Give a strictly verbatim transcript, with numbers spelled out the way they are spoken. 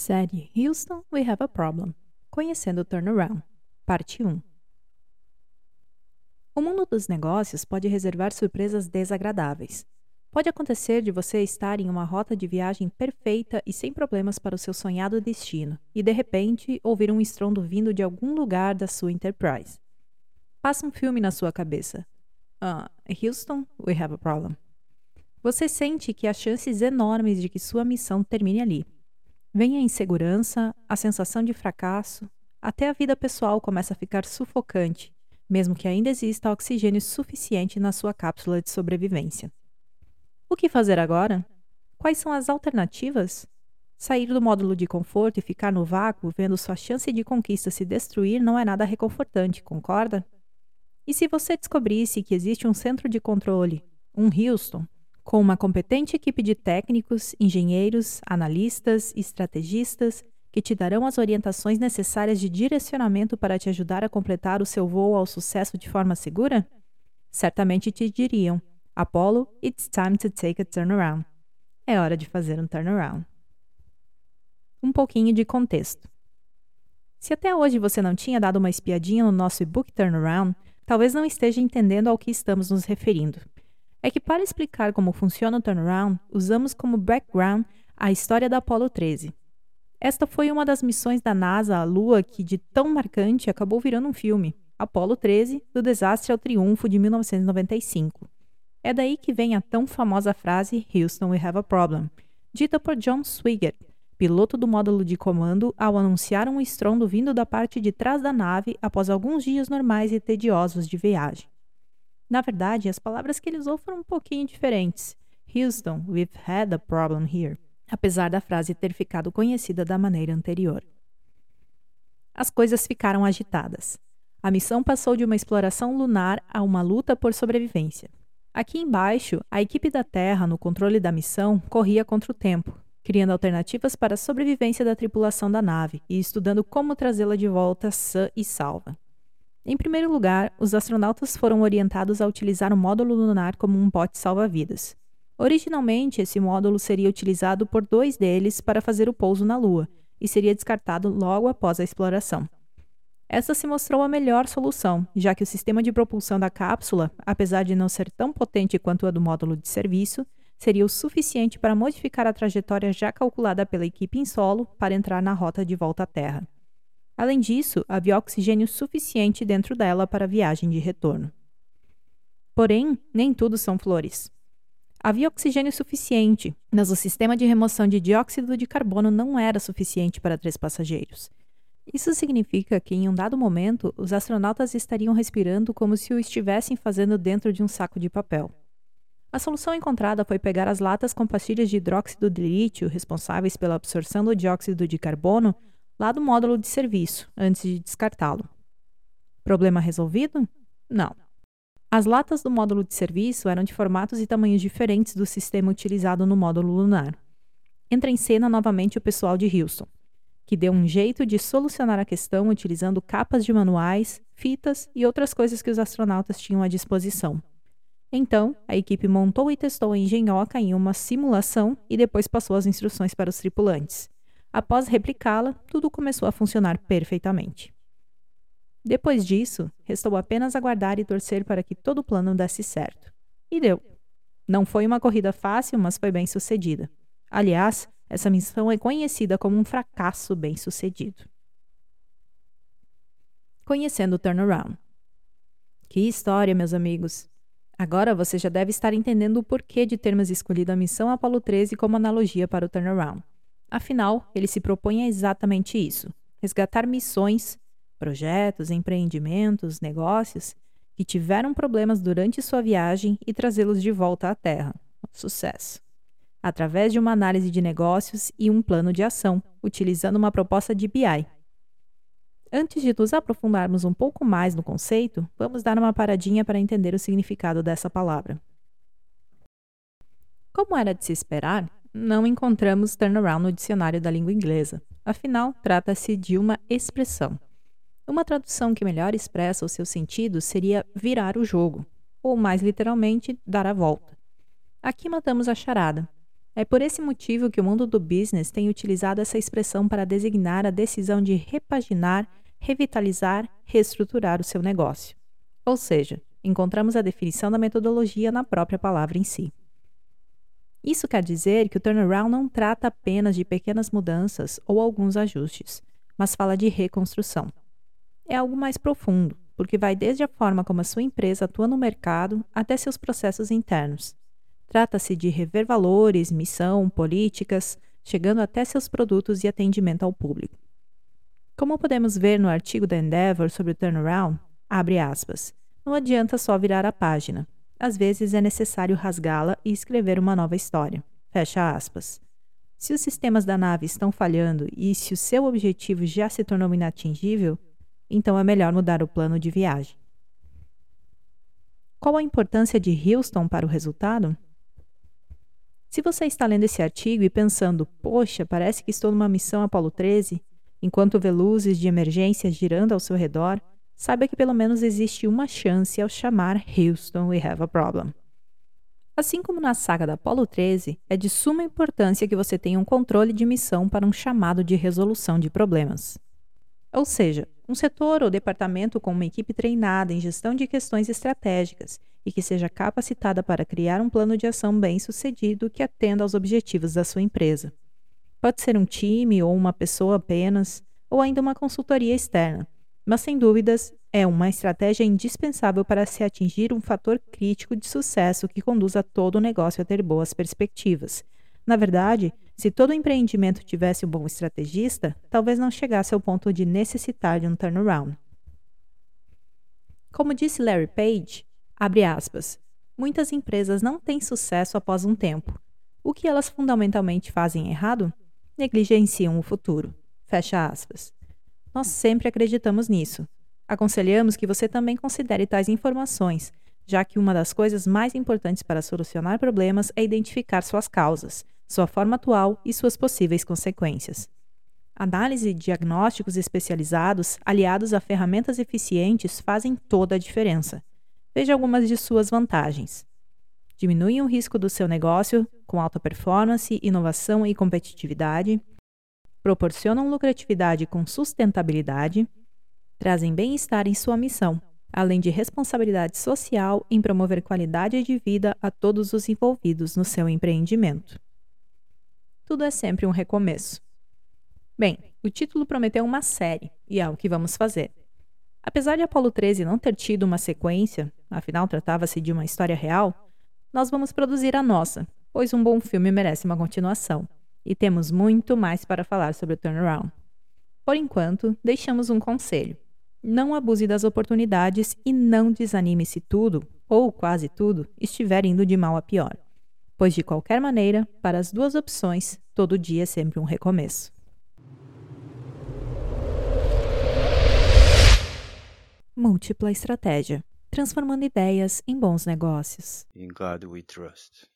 Série Houston, We Have a Problem. Conhecendo o Turnaround. Parte um. O mundo dos negócios pode reservar surpresas desagradáveis. Pode acontecer de você estar em uma rota de viagem perfeita e sem problemas para o seu sonhado destino, e de repente ouvir um estrondo vindo de algum lugar da sua Enterprise. Passa um filme na sua cabeça. Ah, Houston, we have a problem. Você sente que há chances enormes de que sua missão termine ali. Vem a insegurança, a sensação de fracasso, até a vida pessoal começa a ficar sufocante, mesmo que ainda exista oxigênio suficiente na sua cápsula de sobrevivência. O que fazer agora? Quais são as alternativas? Sair do módulo de conforto e ficar no vácuo vendo sua chance de conquista se destruir não é nada reconfortante, concorda? E se você descobrisse que existe um centro de controle, um Houston, com uma competente equipe de técnicos, engenheiros, analistas e estrategistas que te darão as orientações necessárias de direcionamento para te ajudar a completar o seu voo ao sucesso de forma segura? Certamente te diriam: Apollo, it's time to take a turnaround. É hora de fazer um turnaround. Um pouquinho de contexto. Se até hoje você não tinha dado uma espiadinha no nosso e-book Turnaround, talvez não esteja entendendo ao que estamos nos referindo. É que para explicar como funciona o turnaround, usamos como background a história da Apollo treze. Esta foi uma das missões da NASA à Lua que, de tão marcante, acabou virando um filme, Apollo treze, do desastre ao triunfo de mil novecentos e noventa e cinco. É daí que vem a tão famosa frase Houston, we have a problem, dita por John Swigert, piloto do módulo de comando, ao anunciar um estrondo vindo da parte de trás da nave após alguns dias normais e tediosos de viagem. Na verdade, as palavras que ele usou foram um pouquinho diferentes. Houston, we've had a problem here, apesar da frase ter ficado conhecida da maneira anterior. As coisas ficaram agitadas. A missão passou de uma exploração lunar a uma luta por sobrevivência. Aqui embaixo, a equipe da Terra, no controle da missão, corria contra o tempo, criando alternativas para a sobrevivência da tripulação da nave e estudando como trazê-la de volta sã e salva. Em primeiro lugar, os astronautas foram orientados a utilizar o módulo lunar como um bote salva-vidas. Originalmente, esse módulo seria utilizado por dois deles para fazer o pouso na Lua e seria descartado logo após a exploração. Essa se mostrou a melhor solução, já que o sistema de propulsão da cápsula, apesar de não ser tão potente quanto a do módulo de serviço, seria o suficiente para modificar a trajetória já calculada pela equipe em solo para entrar na rota de volta à Terra. Além disso, havia oxigênio suficiente dentro dela para a viagem de retorno. Porém, nem tudo são flores. Havia oxigênio suficiente, mas o sistema de remoção de dióxido de carbono não era suficiente para três passageiros. Isso significa que, em um dado momento, os astronautas estariam respirando como se o estivessem fazendo dentro de um saco de papel. A solução encontrada foi pegar as latas com pastilhas de hidróxido de lítio responsáveis pela absorção do dióxido de carbono lá do módulo de serviço, antes de descartá-lo. Problema resolvido? Não. As latas do módulo de serviço eram de formatos e tamanhos diferentes do sistema utilizado no módulo lunar. Entra em cena novamente o pessoal de Houston, que deu um jeito de solucionar a questão utilizando capas de manuais, fitas e outras coisas que os astronautas tinham à disposição. Então, a equipe montou e testou a engenhoca em uma simulação e depois passou as instruções para os tripulantes. Após replicá-la, tudo começou a funcionar perfeitamente. Depois disso, restou apenas aguardar e torcer para que todo o plano desse certo. E deu. Não foi uma corrida fácil, mas foi bem sucedida. Aliás, essa missão é conhecida como um fracasso bem-sucedido. Conhecendo o Turnaround. Que história, meus amigos! Agora você já deve estar entendendo o porquê de termos escolhido a missão Apollo treze como analogia para o Turnaround. Afinal, ele se propõe a exatamente isso: resgatar missões, projetos, empreendimentos, negócios que tiveram problemas durante sua viagem e trazê-los de volta à Terra. Sucesso! Através de uma análise de negócios e um plano de ação, utilizando uma proposta de B I. Antes de nos aprofundarmos um pouco mais no conceito, vamos dar uma paradinha para entender o significado dessa palavra. Como era de se esperar, não encontramos turnaround no dicionário da língua inglesa. Afinal, trata-se de uma expressão. Uma tradução que melhor expressa o seu sentido seria virar o jogo, ou mais literalmente, dar a volta. Aqui matamos a charada. É por esse motivo que o mundo do business tem utilizado essa expressão para designar a decisão de repaginar, revitalizar, reestruturar o seu negócio. Ou seja, encontramos a definição da metodologia na própria palavra em si. Isso quer dizer que o turnaround não trata apenas de pequenas mudanças ou alguns ajustes, mas fala de reconstrução. É algo mais profundo, porque vai desde a forma como a sua empresa atua no mercado até seus processos internos. Trata-se de rever valores, missão, políticas, chegando até seus produtos e atendimento ao público. Como podemos ver no artigo da Endeavor sobre o turnaround, abre aspas, não adianta só virar a página. Às vezes é necessário rasgá-la e escrever uma nova história. Fecha aspas. Se os sistemas da nave estão falhando e se o seu objetivo já se tornou inatingível, então é melhor mudar o plano de viagem. Qual a importância de Houston para o resultado? Se você está lendo esse artigo e pensando, poxa, parece que estou numa missão Apollo treze, enquanto vê luzes de emergência girando ao seu redor, saiba que pelo menos existe uma chance ao chamar Houston, we have a problem. Assim como na saga da Apollo treze, é de suma importância que você tenha um controle de missão para um chamado de resolução de problemas. Ou seja, um setor ou departamento com uma equipe treinada em gestão de questões estratégicas e que seja capacitada para criar um plano de ação bem-sucedido que atenda aos objetivos da sua empresa. Pode ser um time ou uma pessoa apenas, ou ainda uma consultoria externa, mas sem dúvidas é uma estratégia indispensável para se atingir um fator crítico de sucesso que conduza todo o negócio a ter boas perspectivas. Na verdade, se todo empreendimento tivesse um bom estrategista, talvez não chegasse ao ponto de necessitar de um turnaround. Como disse Larry Page, abre aspas, muitas empresas não têm sucesso após um tempo. O que elas fundamentalmente fazem errado? Negligenciam o futuro. Fecha aspas. Nós sempre acreditamos nisso. Aconselhamos que você também considere tais informações, já que uma das coisas mais importantes para solucionar problemas é identificar suas causas, sua forma atual e suas possíveis consequências. Análise e diagnósticos especializados, aliados a ferramentas eficientes, fazem toda a diferença. Veja algumas de suas vantagens. Diminuem o risco do seu negócio com alta performance, inovação e competitividade, proporcionam lucratividade com sustentabilidade, trazem bem-estar em sua missão, além de responsabilidade social em promover qualidade de vida a todos os envolvidos no seu empreendimento. Tudo é sempre um recomeço. Bem, o título prometeu uma série, e é o que vamos fazer. Apesar de Apollo treze não ter tido uma sequência, afinal tratava-se de uma história real, nós vamos produzir a nossa, pois um bom filme merece uma continuação. E temos muito mais para falar sobre o turnaround. Por enquanto, deixamos um conselho. Não abuse das oportunidades e não desanime se tudo, ou quase tudo, estiver indo de mal a pior. Pois, de qualquer maneira, para as duas opções, todo dia é sempre um recomeço. Múltipla estratégia. Transformando ideias em bons negócios. In God we trust.